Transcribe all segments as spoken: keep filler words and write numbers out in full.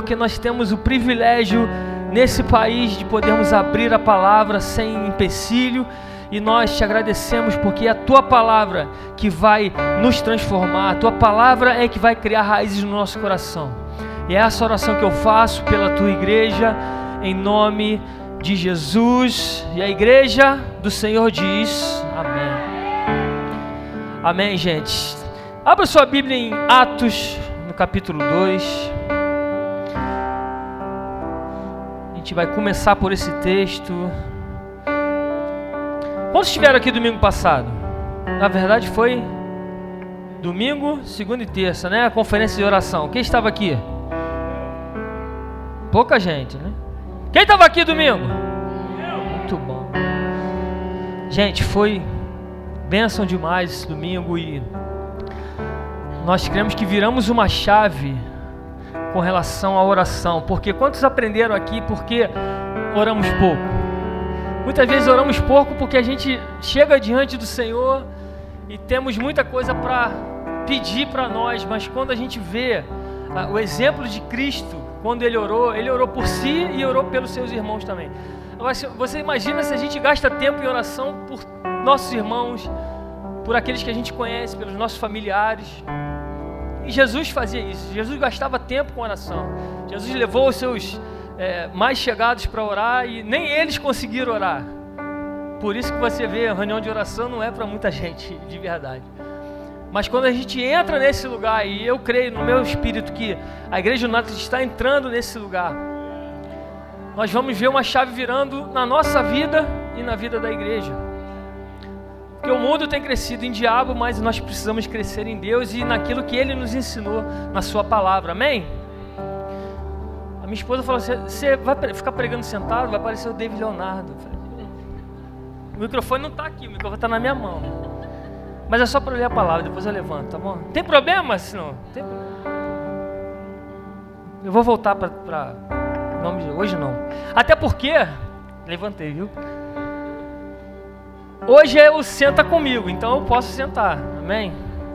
porque nós temos o privilégio nesse país de podermos abrir a palavra sem empecilho, e nós te agradecemos porque é a tua palavra que vai nos transformar, a tua palavra é que vai criar raízes no nosso coração. E é essa oração que eu faço pela tua igreja, em nome de Jesus. E a igreja do Senhor diz amém. Amém, gente. Abra sua Bíblia em Atos, no capítulo dois. A gente vai começar por esse texto. Quantos estiveram aqui domingo passado? Na verdade foi domingo, segunda e terça, né? A conferência de oração. Quem estava aqui? Pouca gente, né? Quem estava aqui domingo? Muito bom. Gente, foi bênção demais esse domingo e nós cremos que viramos uma chave com relação à oração. Porque quantos aprenderam aqui porque oramos pouco? Muitas vezes oramos pouco porque a gente chega diante do Senhor e temos muita coisa para pedir para nós, mas quando a gente vê uh, o exemplo de Cristo, quando Ele orou, Ele orou por si e orou pelos seus irmãos também. Agora, você imagina se a gente gasta tempo em oração por nossos irmãos, por aqueles que a gente conhece, pelos nossos familiares. E Jesus fazia isso, Jesus gastava tempo com oração. Jesus levou os seus É, mais chegados para orar e nem eles conseguiram orar. Por isso que você vê, a reunião de oração não é para muita gente de verdade. Mas quando a gente entra nesse lugar, e eu creio no meu espírito que a Igreja United está entrando nesse lugar, nós vamos ver uma chave virando na nossa vida e na vida da igreja. Porque o mundo tem crescido em diabo, mas nós precisamos crescer em Deus e naquilo que Ele nos ensinou na sua palavra, amém? Minha esposa falou assim: você vai ficar pregando sentado? Vai parecer o David Leonardo. Falei, o microfone não está aqui, o microfone está na minha mão. Mas é só para ler a palavra, depois eu levanto, tá bom? Tem problema? Senão, tem... Eu vou voltar para... Hoje não. Até porque... Levantei, viu? Hoje é o senta comigo, então eu posso sentar, amém?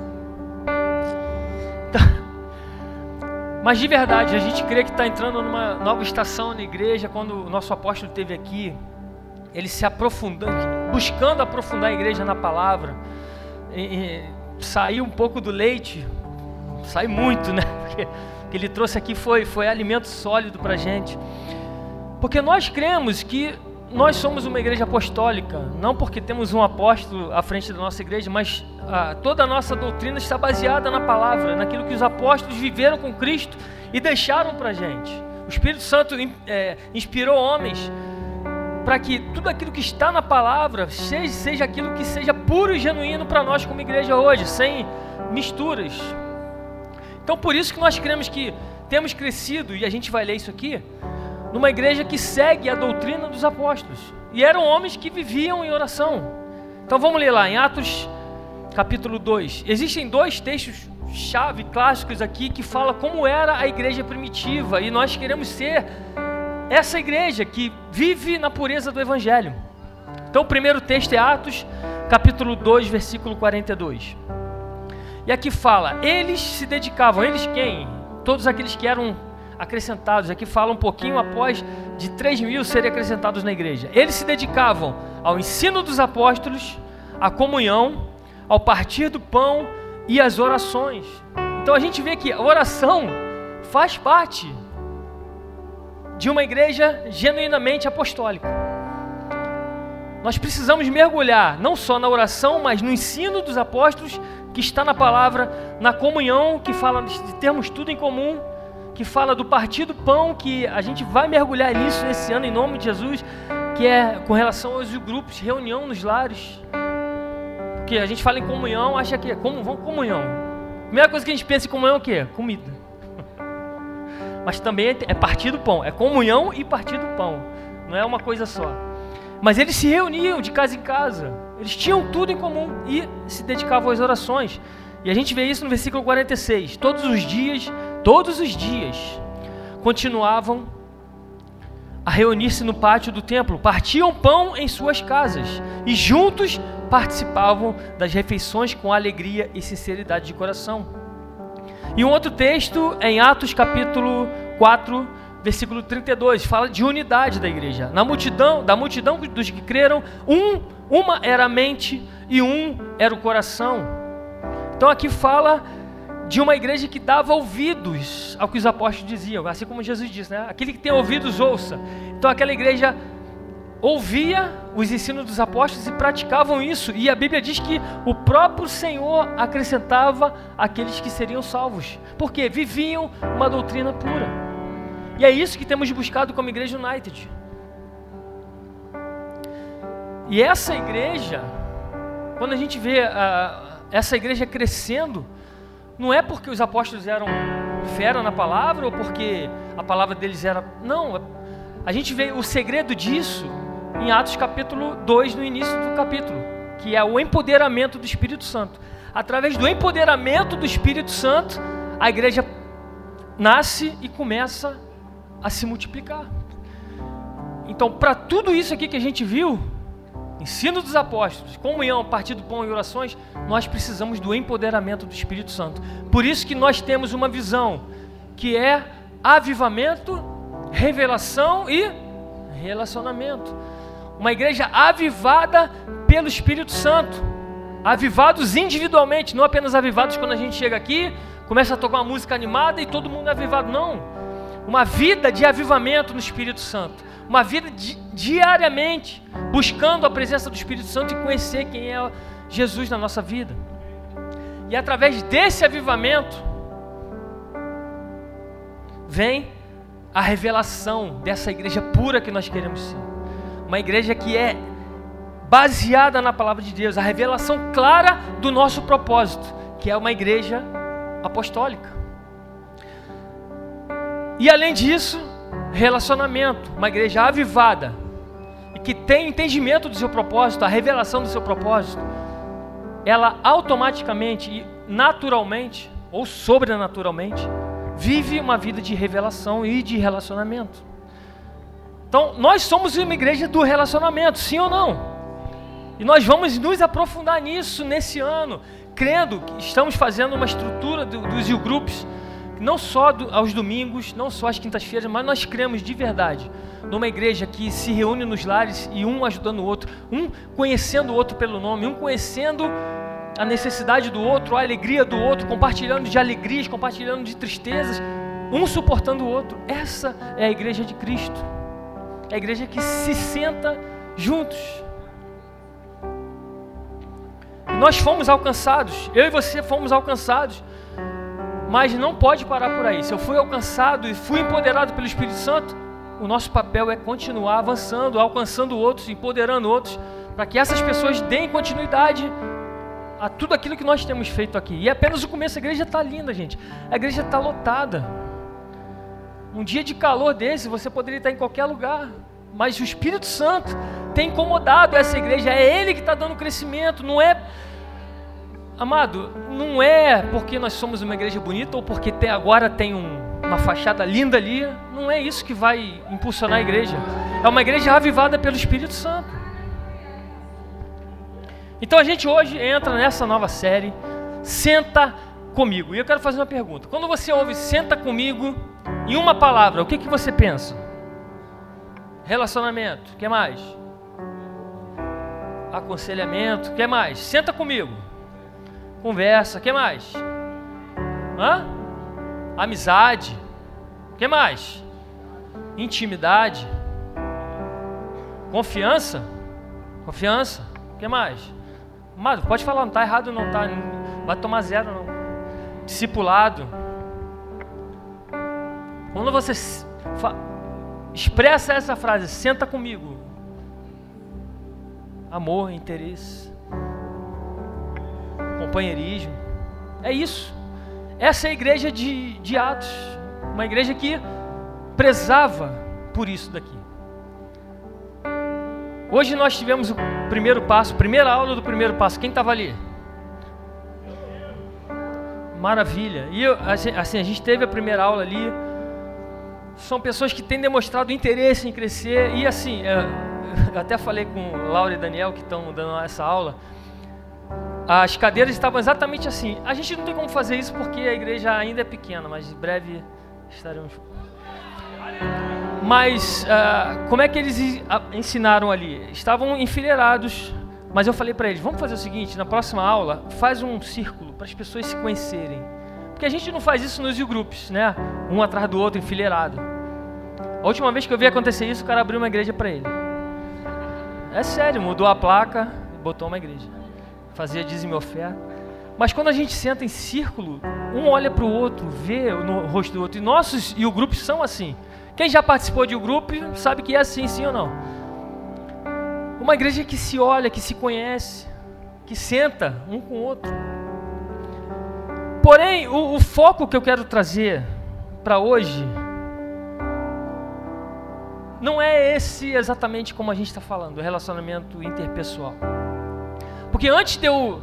Mas de verdade, a gente crê que está entrando numa nova estação na igreja. Quando o nosso apóstolo esteve aqui, ele se aprofundando, buscando aprofundar a igreja na palavra, e, e, saiu um pouco do leite, saiu muito, né? Porque o que ele trouxe aqui foi, foi alimento sólido para a gente. Porque nós cremos que nós somos uma igreja apostólica, não porque temos um apóstolo à frente da nossa igreja, mas ah, toda a nossa doutrina está baseada na palavra, naquilo que os apóstolos viveram com Cristo e deixaram para a gente. O Espírito Santo é, inspirou homens para que tudo aquilo que está na palavra seja, seja aquilo que seja puro e genuíno para nós como igreja hoje, sem misturas. Então por isso que nós cremos que temos crescido, e a gente vai ler isso aqui, numa igreja que segue a doutrina dos apóstolos. E eram homens que viviam em oração. Então vamos ler lá em Atos capítulo dois. Existem dois textos chave clássicos aqui que falam como era a igreja primitiva. E nós queremos ser essa igreja que vive na pureza do evangelho. Então o primeiro texto é Atos capítulo dois, versículo quarenta e dois. E aqui fala: eles se dedicavam. Eles quem? Todos aqueles que eram acrescentados. Aqui fala um pouquinho após de três mil serem acrescentados na igreja. Eles se dedicavam ao ensino dos apóstolos, à comunhão, ao partir do pão e às orações. Então a gente vê que a oração faz parte de uma igreja genuinamente apostólica. Nós precisamos mergulhar não só na oração, mas no ensino dos apóstolos que está na palavra, na comunhão, que fala de termos tudo em comum, que fala do partir do pão, que a gente vai mergulhar nisso esse ano em nome de Jesus, que é com relação aos grupos, reunião nos lares. Porque a gente fala em comunhão, acha que é como, vamos comunhão. A primeira coisa que a gente pensa em comunhão é o quê? Comida. Mas também é, é partir do pão, é comunhão e partir do pão, não é uma coisa só. Mas eles se reuniam de casa em casa, eles tinham tudo em comum e se dedicavam às orações. E a gente vê isso no versículo quarenta e seis. Todos os dias, todos os dias, continuavam a reunir-se no pátio do templo, partiam pão em suas casas e juntos participavam das refeições com alegria e sinceridade de coração. E um outro texto é em Atos capítulo quatro, versículo trinta e dois, fala de unidade da igreja. Na multidão, da multidão dos que creram, um, uma era a mente e um era o coração. Então aqui fala de uma igreja que dava ouvidos ao que os apóstolos diziam, assim como Jesus disse, né? Aquele que tem ouvidos, ouça. Então aquela igreja ouvia os ensinos dos apóstolos e praticavam isso, e a Bíblia diz que o próprio Senhor acrescentava aqueles que seriam salvos, porque viviam uma doutrina pura. E é isso que temos buscado como Igreja United. E essa igreja, quando a gente vê a, essa igreja crescendo, não é porque os apóstolos eram fera na palavra ou porque a palavra deles era... Não, a gente vê o segredo disso em Atos capítulo dois, no início do capítulo, que é o empoderamento do Espírito Santo. Através do empoderamento do Espírito Santo, a igreja nasce e começa a se multiplicar. Então, para tudo isso aqui que a gente viu, ensino dos apóstolos, comunhão, partir do pão e orações, nós precisamos do empoderamento do Espírito Santo. Por isso que nós temos uma visão, que é avivamento, revelação e relacionamento. Uma igreja avivada pelo Espírito Santo, avivados individualmente, não apenas avivados quando a gente chega aqui, começa a tocar uma música animada e todo mundo é avivado, não. Uma vida de avivamento no Espírito Santo, uma vida di- diariamente buscando a presença do Espírito Santo e conhecer quem é Jesus na nossa vida. E através desse avivamento vem a revelação dessa igreja pura que nós queremos ser. Uma igreja que é baseada na palavra de Deus, a revelação clara do nosso propósito, que é uma igreja apostólica. E além disso, relacionamento, uma igreja avivada e que tem entendimento do seu propósito, a revelação do seu propósito, ela automaticamente e naturalmente, ou sobrenaturalmente, vive uma vida de revelação e de relacionamento. Então, nós somos uma igreja do relacionamento, sim ou não? E nós vamos nos aprofundar nisso nesse ano, crendo que estamos fazendo uma estrutura do, dos U-Groups, não só do, aos domingos, não só às quintas-feiras, mas nós cremos de verdade numa igreja que se reúne nos lares e um ajudando o outro, um conhecendo o outro pelo nome, um conhecendo a necessidade do outro, a alegria do outro, compartilhando de alegrias, compartilhando de tristezas, um suportando o outro. Essa é a igreja de Cristo. É a igreja que se senta juntos. E nós fomos alcançados, eu e você fomos alcançados, mas não pode parar por aí. Se eu fui alcançado e fui empoderado pelo Espírito Santo, o nosso papel é continuar avançando, alcançando outros, empoderando outros, para que essas pessoas deem continuidade a tudo aquilo que nós temos feito aqui. E é apenas o começo. A igreja está linda, gente. A igreja está lotada. Um dia de calor desse, você poderia estar em qualquer lugar, mas o Espírito Santo tem incomodado essa igreja. É Ele que está dando crescimento. Não é, amado, não é porque nós somos uma igreja bonita ou porque tem, agora tem um, uma fachada linda ali. Não é isso que vai impulsionar a igreja. É uma igreja avivada pelo Espírito Santo. Então a gente hoje entra nessa nova série, Senta Comigo. E eu quero fazer uma pergunta. Quando você ouve Senta Comigo, em uma palavra, o que, que você pensa? Relacionamento. O que mais? Aconselhamento. O que mais? Senta comigo. Conversa. O que mais? Hã? Amizade. O que mais? Intimidade. Confiança. Confiança. O que mais? Amado, pode falar, não está errado não, tá? Não vai tomar zero não. Discipulado. Quando você fa- expressa essa frase, senta comigo. Amor, interesse, companheirismo. É isso. Essa é a igreja de, de Atos. Uma igreja que prezava por isso daqui. Hoje nós tivemos o primeiro passo, primeira aula do primeiro passo. Quem estava ali? Maravilha. E eu, assim, assim, a gente teve a primeira aula ali. São pessoas que têm demonstrado interesse em crescer. E assim, eu até falei com Laura e Daniel, que estão dando essa aula. As cadeiras estavam exatamente assim. A gente não tem como fazer isso porque a igreja ainda é pequena, mas em breve estaremos... Mas uh, como é que eles ensinaram ali? Estavam enfileirados, mas eu falei para eles, vamos fazer o seguinte, na próxima aula, faz um círculo para as pessoas se conhecerem. Porque a gente não faz isso nos grupos, né? Um atrás do outro, enfileirado. A última vez que eu vi acontecer isso, o cara abriu uma igreja para ele. É sério, mudou a placa e botou uma igreja. Fazia dízimo e oferta. Mas quando a gente senta em círculo, um olha para o outro, vê no rosto do outro. E nossos e o grupo são assim. Quem já participou de um grupo sabe que é assim, sim ou não. Uma igreja que se olha, que se conhece, que senta um com o outro. Porém, o, o foco que eu quero trazer para hoje não é esse exatamente como a gente está falando, o relacionamento interpessoal. Porque antes de eu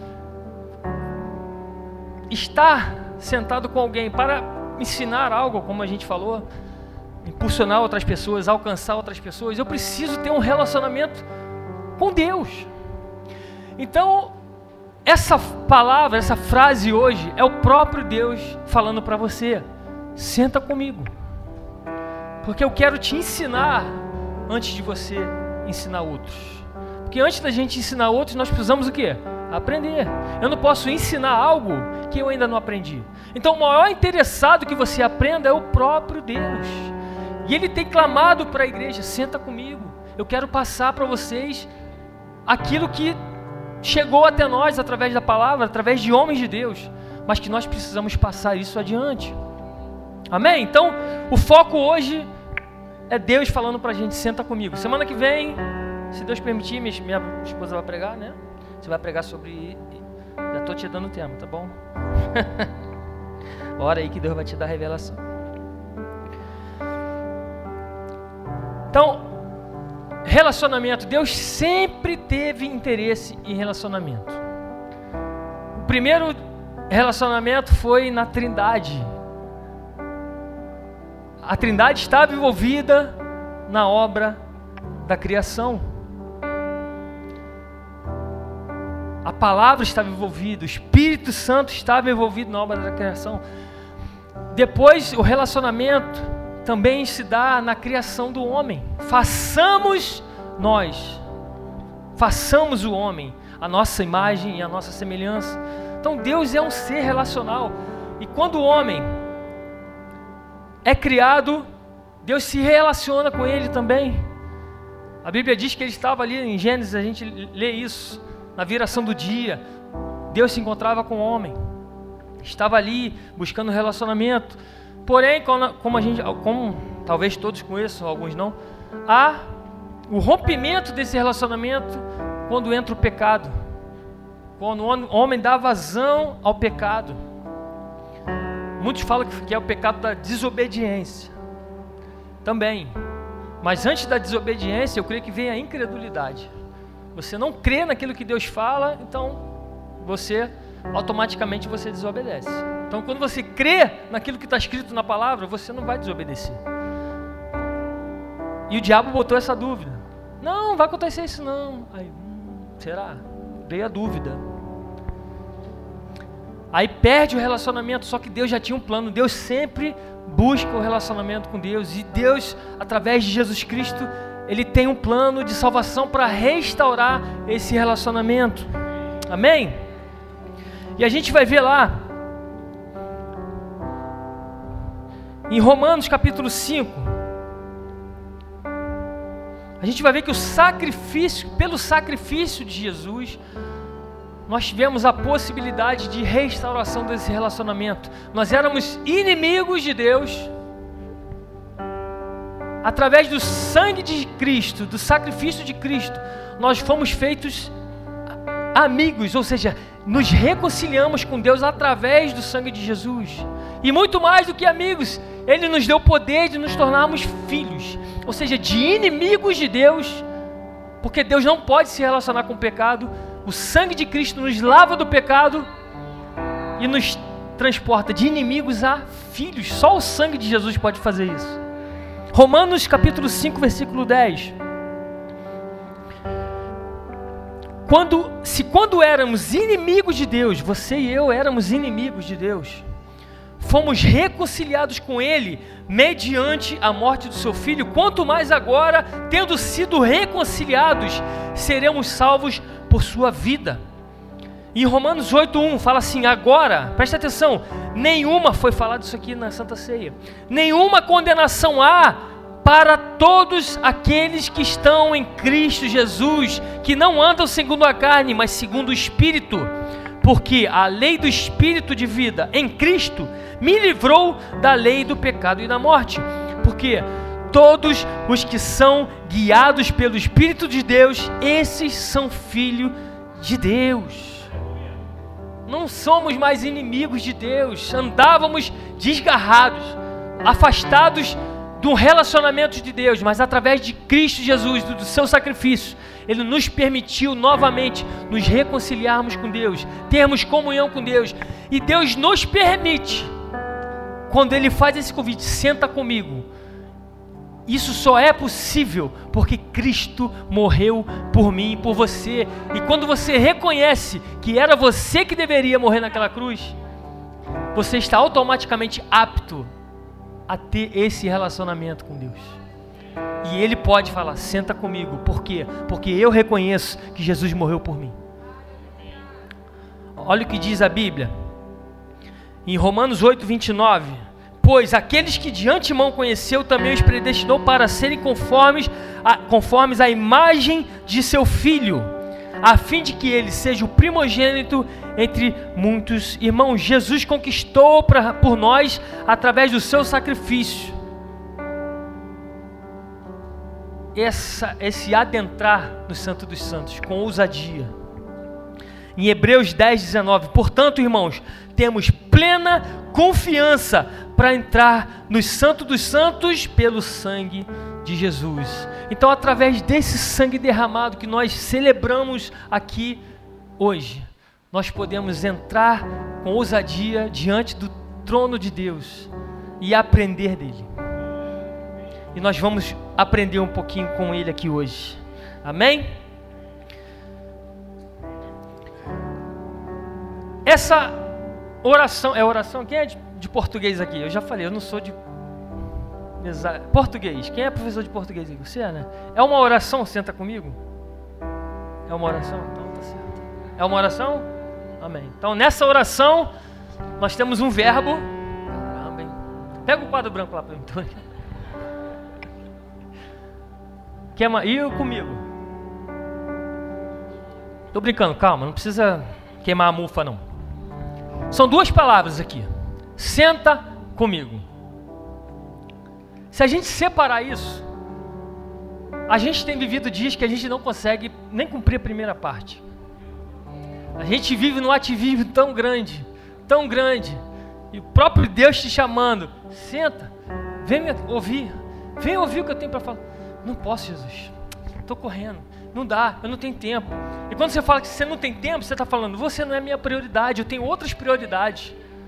estar sentado com alguém para ensinar algo, como a gente falou, impulsionar outras pessoas, alcançar outras pessoas, eu preciso ter um relacionamento com Deus. Então, essa palavra, essa frase hoje, é o próprio Deus falando para você, senta comigo, porque eu quero te ensinar antes de você ensinar outros. Porque antes da gente ensinar outros, nós precisamos o quê? Aprender. Eu não posso ensinar algo que eu ainda não aprendi. Então o maior interessado que você aprenda é o próprio Deus. E Ele tem clamado para a igreja, senta comigo. Eu quero passar para vocês aquilo que chegou até nós através da palavra, através de homens de Deus, mas que nós precisamos passar isso adiante. Amém? Então, o foco hoje é Deus falando para a gente, senta comigo. Semana que vem, se Deus permitir, minha, minha esposa vai pregar, né? Você vai pregar sobre... Já estou te dando o tema, tá bom? Ora aí que Deus vai te dar a revelação. Então, relacionamento. Deus sempre teve interesse em relacionamento. O primeiro relacionamento foi na Trindade. A Trindade estava envolvida na obra da criação. A palavra estava envolvida, o Espírito Santo estava envolvido na obra da criação. Depois, o relacionamento também se dá na criação do homem. Façamos nós, façamos o homem, a nossa imagem e a nossa semelhança. Então Deus é um ser relacional. E quando o homem é criado, Deus se relaciona com ele também. A Bíblia diz que ele estava ali em Gênesis, a gente lê isso, na viração do dia. Deus se encontrava com o homem, estava ali buscando relacionamento. Porém, como a gente, como talvez todos conheçam, alguns não, há o rompimento desse relacionamento quando entra o pecado, quando o homem dá vazão ao pecado. Muitos falam que é o pecado da desobediência também, mas antes da desobediência eu creio que vem a incredulidade. Você não crê naquilo que Deus fala, então você automaticamente você desobedece. Então quando você crê naquilo que está escrito na palavra, você não vai desobedecer. E o diabo botou essa dúvida. Não, vai acontecer isso não. Aí, hum, será? Veio a dúvida. Aí perde o relacionamento, só que Deus já tinha um plano. Deus sempre busca o relacionamento com Deus. E Deus, através de Jesus Cristo, Ele tem um plano de salvação para restaurar esse relacionamento. Amém? E a gente vai ver lá, em Romanos capítulo cinco, a gente vai ver que o sacrifício, pelo sacrifício de Jesus, nós tivemos a possibilidade de restauração desse relacionamento. Nós éramos inimigos de Deus. Através do sangue de Cristo, do sacrifício de Cristo, nós fomos feitos amigos, ou seja, nos reconciliamos com Deus através do sangue de Jesus. E muito mais do que amigos, Ele nos deu o poder de nos tornarmos filhos, ou seja, de inimigos de Deus, porque Deus não pode se relacionar com o pecado. O sangue de Cristo nos lava do pecado e nos transporta de inimigos a filhos. Só o sangue de Jesus pode fazer isso. Romanos capítulo cinco, versículo dez. Quando, se quando éramos inimigos de Deus, você e eu éramos inimigos de Deus, fomos reconciliados com Ele mediante a morte do seu Filho, quanto mais agora, tendo sido reconciliados, seremos salvos por sua vida. Em Romanos oito, um fala assim: agora, presta atenção, nenhuma, foi falado isso aqui na Santa Ceia, nenhuma condenação há para todos aqueles que estão em Cristo Jesus, que não andam segundo a carne, mas segundo o Espírito, porque a lei do Espírito de vida em Cristo me livrou da lei do pecado e da morte. Porque todos os que são guiados pelo Espírito de Deus, esses são filhos de Deus. Não somos mais inimigos de Deus, andávamos desgarrados, afastados do relacionamento de Deus, mas através de Cristo Jesus, do, do seu sacrifício, Ele nos permitiu novamente nos reconciliarmos com Deus, termos comunhão com Deus, e Deus nos permite, quando Ele faz esse convite, senta comigo. Isso só é possível porque Cristo morreu por mim e por você, e quando você reconhece que era você que deveria morrer naquela cruz, você está automaticamente apto a ter esse relacionamento com Deus. E Ele pode falar: senta comigo. Por quê? Porque eu reconheço que Jesus morreu por mim. Olha o que diz a Bíblia em Romanos oito, vinte e nove: pois aqueles que de antemão conheceu também os predestinou para serem conformes a, conformes à imagem de seu Filho, a fim de que ele seja o primogênito entre muitos irmãos. Jesus conquistou pra, por nós através do seu sacrifício essa, esse adentrar no Santo dos Santos com ousadia. Em Hebreus dez, dezenove: portanto, irmãos, temos plena confiança para entrar no Santo dos Santos pelo sangue de Jesus. Então, através desse sangue derramado que nós celebramos aqui hoje, nós podemos entrar com ousadia diante do trono de Deus e aprender dele. E nós vamos aprender um pouquinho com ele aqui hoje. Amém? Essa oração, é oração, quem é de, de português aqui? Eu já falei, eu não sou de exa, português. Quem é professor de português aqui? Você é, né? É uma oração, senta comigo? É uma oração? Então tá certo. É uma oração? Amém. Então nessa oração, nós temos um verbo. Caramba, hein? Pega o quadro branco lá para mim. Quer uma... E eu comigo? Tô brincando, calma, não precisa queimar a mufa não. São duas palavras aqui: senta comigo. Se a gente separar isso, a gente tem vivido dias que a gente não consegue nem cumprir a primeira parte. A gente vive num ativismo tão grande, tão grande, e o próprio Deus te chamando: senta, vem me ouvir, vem ouvir o que eu tenho para falar. Não posso, Jesus, estou correndo, não dá, eu não tenho tempo. E quando você fala que você não tem tempo, você está falando: você não é minha prioridade, eu tenho outras prioridades.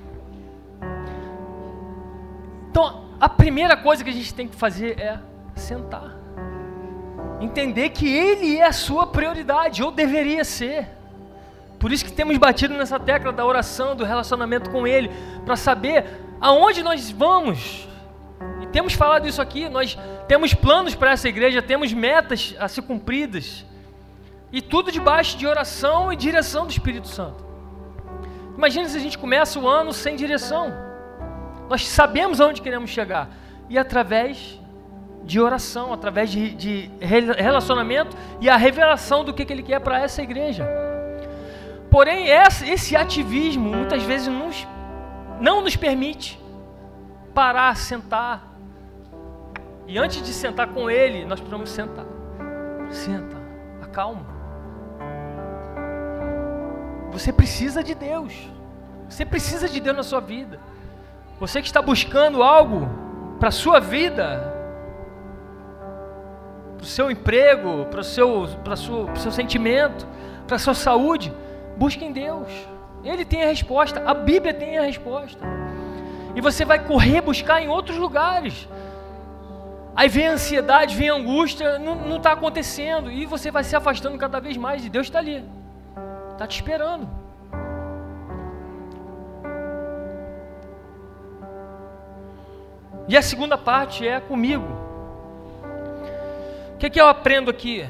Então, a primeira coisa que a gente tem que fazer é sentar, entender que Ele é a sua prioridade, ou deveria ser. Por isso que temos batido nessa tecla da oração, do relacionamento com Ele, para saber aonde nós vamos. E temos falado isso aqui, nós temos planos para essa igreja, temos metas a ser cumpridas, e tudo debaixo de oração e direção do Espírito Santo. Imagina se a gente começa o ano sem direção. Nós sabemos aonde queremos chegar, e através de oração, através de, de relacionamento e a revelação do que, que Ele quer para essa igreja. Porém, esse ativismo muitas vezes nos, não nos permite parar, sentar. E antes de sentar com Ele, nós precisamos sentar. Senta, acalma. Você precisa de Deus. Você precisa de Deus na sua vida. Você que está buscando algo para a sua vida, para o seu emprego, para o seu, para o seu, para o seu sentimento, para a sua saúde, busque em Deus. Ele tem a resposta, a Bíblia tem a resposta. E você vai correr buscar em outros lugares. Aí vem a ansiedade, vem a angústia, não está acontecendo, e você vai se afastando cada vez mais, e Deus está ali, está te esperando. E a segunda parte é comigo. O que, que eu aprendo aqui?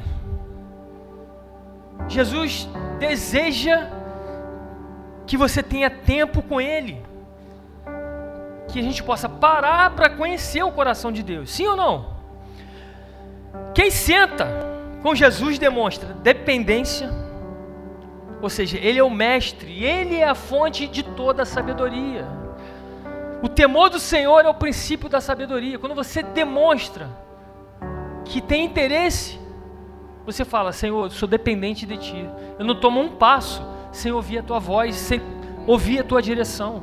Jesus deseja que você tenha tempo com Ele, que a gente possa parar para conhecer o coração de Deus, sim ou não? Quem senta com Jesus demonstra dependência, ou seja, Ele é o mestre, Ele é a fonte de toda a sabedoria. O temor do Senhor é o princípio da sabedoria. Quando você demonstra que tem interesse, você fala: Senhor, eu sou dependente de Ti, eu não tomo um passo sem ouvir a Tua voz, sem ouvir a Tua direção.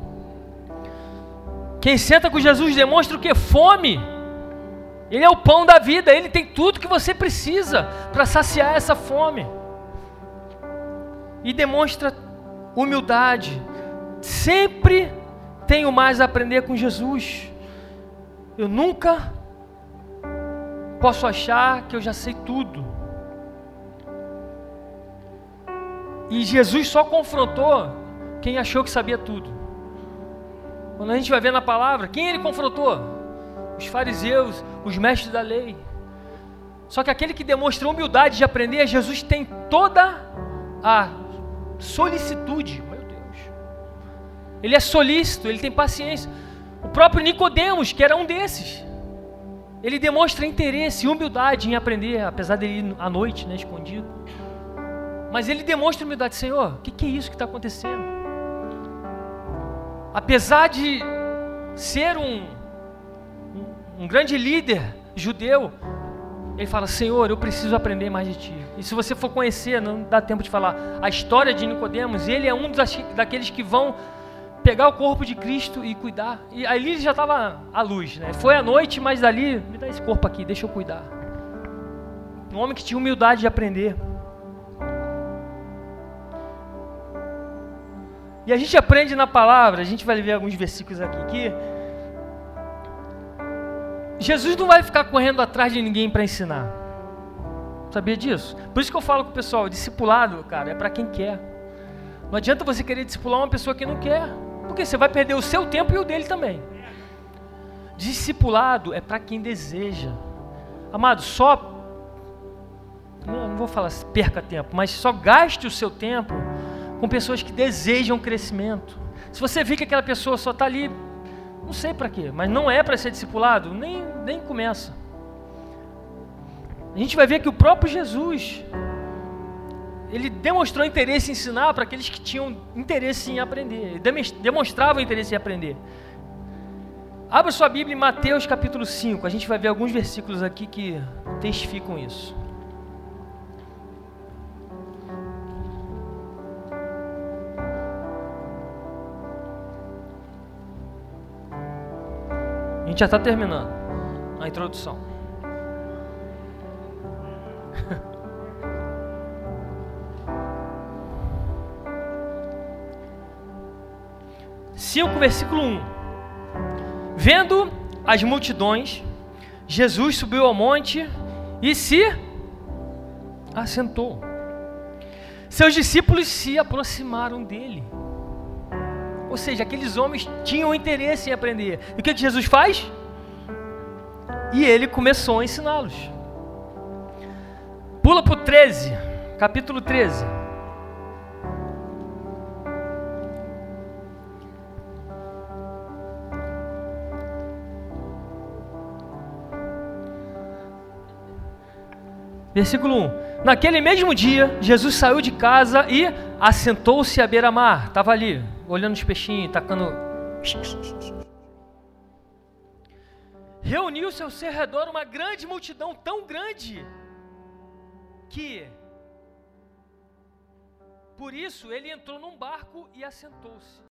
Quem senta com Jesus demonstra o que? Fome. Ele é o pão da vida, Ele tem tudo que você precisa para saciar essa fome. E demonstra humildade. Sempre tenho mais a aprender com Jesus. Eu nunca posso achar que eu já sei tudo. E Jesus só confrontou quem achou que sabia tudo. Quando a gente vai ver na palavra, quem Ele confrontou? Os fariseus, os mestres da lei. Só que aquele que demonstra humildade de aprender, Jesus tem toda a solicitude. Meu Deus. Ele é solícito, ele tem paciência. O próprio Nicodemos, que era um desses, ele demonstra interesse e humildade em aprender, apesar dele ir à noite, né, escondido. Mas ele demonstra humildade. Senhor, o que, que é isso que está acontecendo? Apesar de ser um, um, um grande líder judeu, ele fala: Senhor, eu preciso aprender mais de Ti. E se você for conhecer, não dá tempo de falar a história de Nicodemos, ele é um dos, daqueles que vão pegar o corpo de Cristo e cuidar. E ali ele já estava à luz, né? Foi à noite, mas dali, me dá esse corpo aqui, deixa eu cuidar. Um homem que tinha humildade de aprender. E a gente aprende na palavra, a gente vai ver alguns versículos aqui, que Jesus não vai ficar correndo atrás de ninguém para ensinar. Sabia disso? Por isso que eu falo com o pessoal, discipulado, cara, é para quem quer. Não adianta você querer discipular uma pessoa que não quer, porque você vai perder o seu tempo e o dele também. Discipulado é para quem deseja. Amado, só, não, não vou falar perca tempo, mas só gaste o seu tempo com pessoas que desejam crescimento. Se você vê que aquela pessoa só está ali, não sei para quê, mas não é para ser discipulado, nem, nem começa. A gente vai ver que o próprio Jesus, ele demonstrou interesse em ensinar para aqueles que tinham interesse em aprender, ele demonstrava interesse em aprender. Abra sua Bíblia em Mateus capítulo cinco, a gente vai ver alguns versículos aqui que testificam isso. A gente já está terminando a introdução. cinco, versículo um. Vendo as multidões, Jesus subiu ao monte e se assentou. Seus discípulos se aproximaram dele. Ou seja, aqueles homens tinham interesse em aprender. E o que, que Jesus faz? E ele começou a ensiná-los. Pula para o treze, capítulo treze. Versículo um. Naquele mesmo dia, Jesus saiu de casa e assentou-se à beira-mar. Estava ali, olhando os peixinhos, tacando... Reuniu-se ao seu redor uma grande multidão, tão grande, que... Por isso, ele entrou num barco e assentou-se.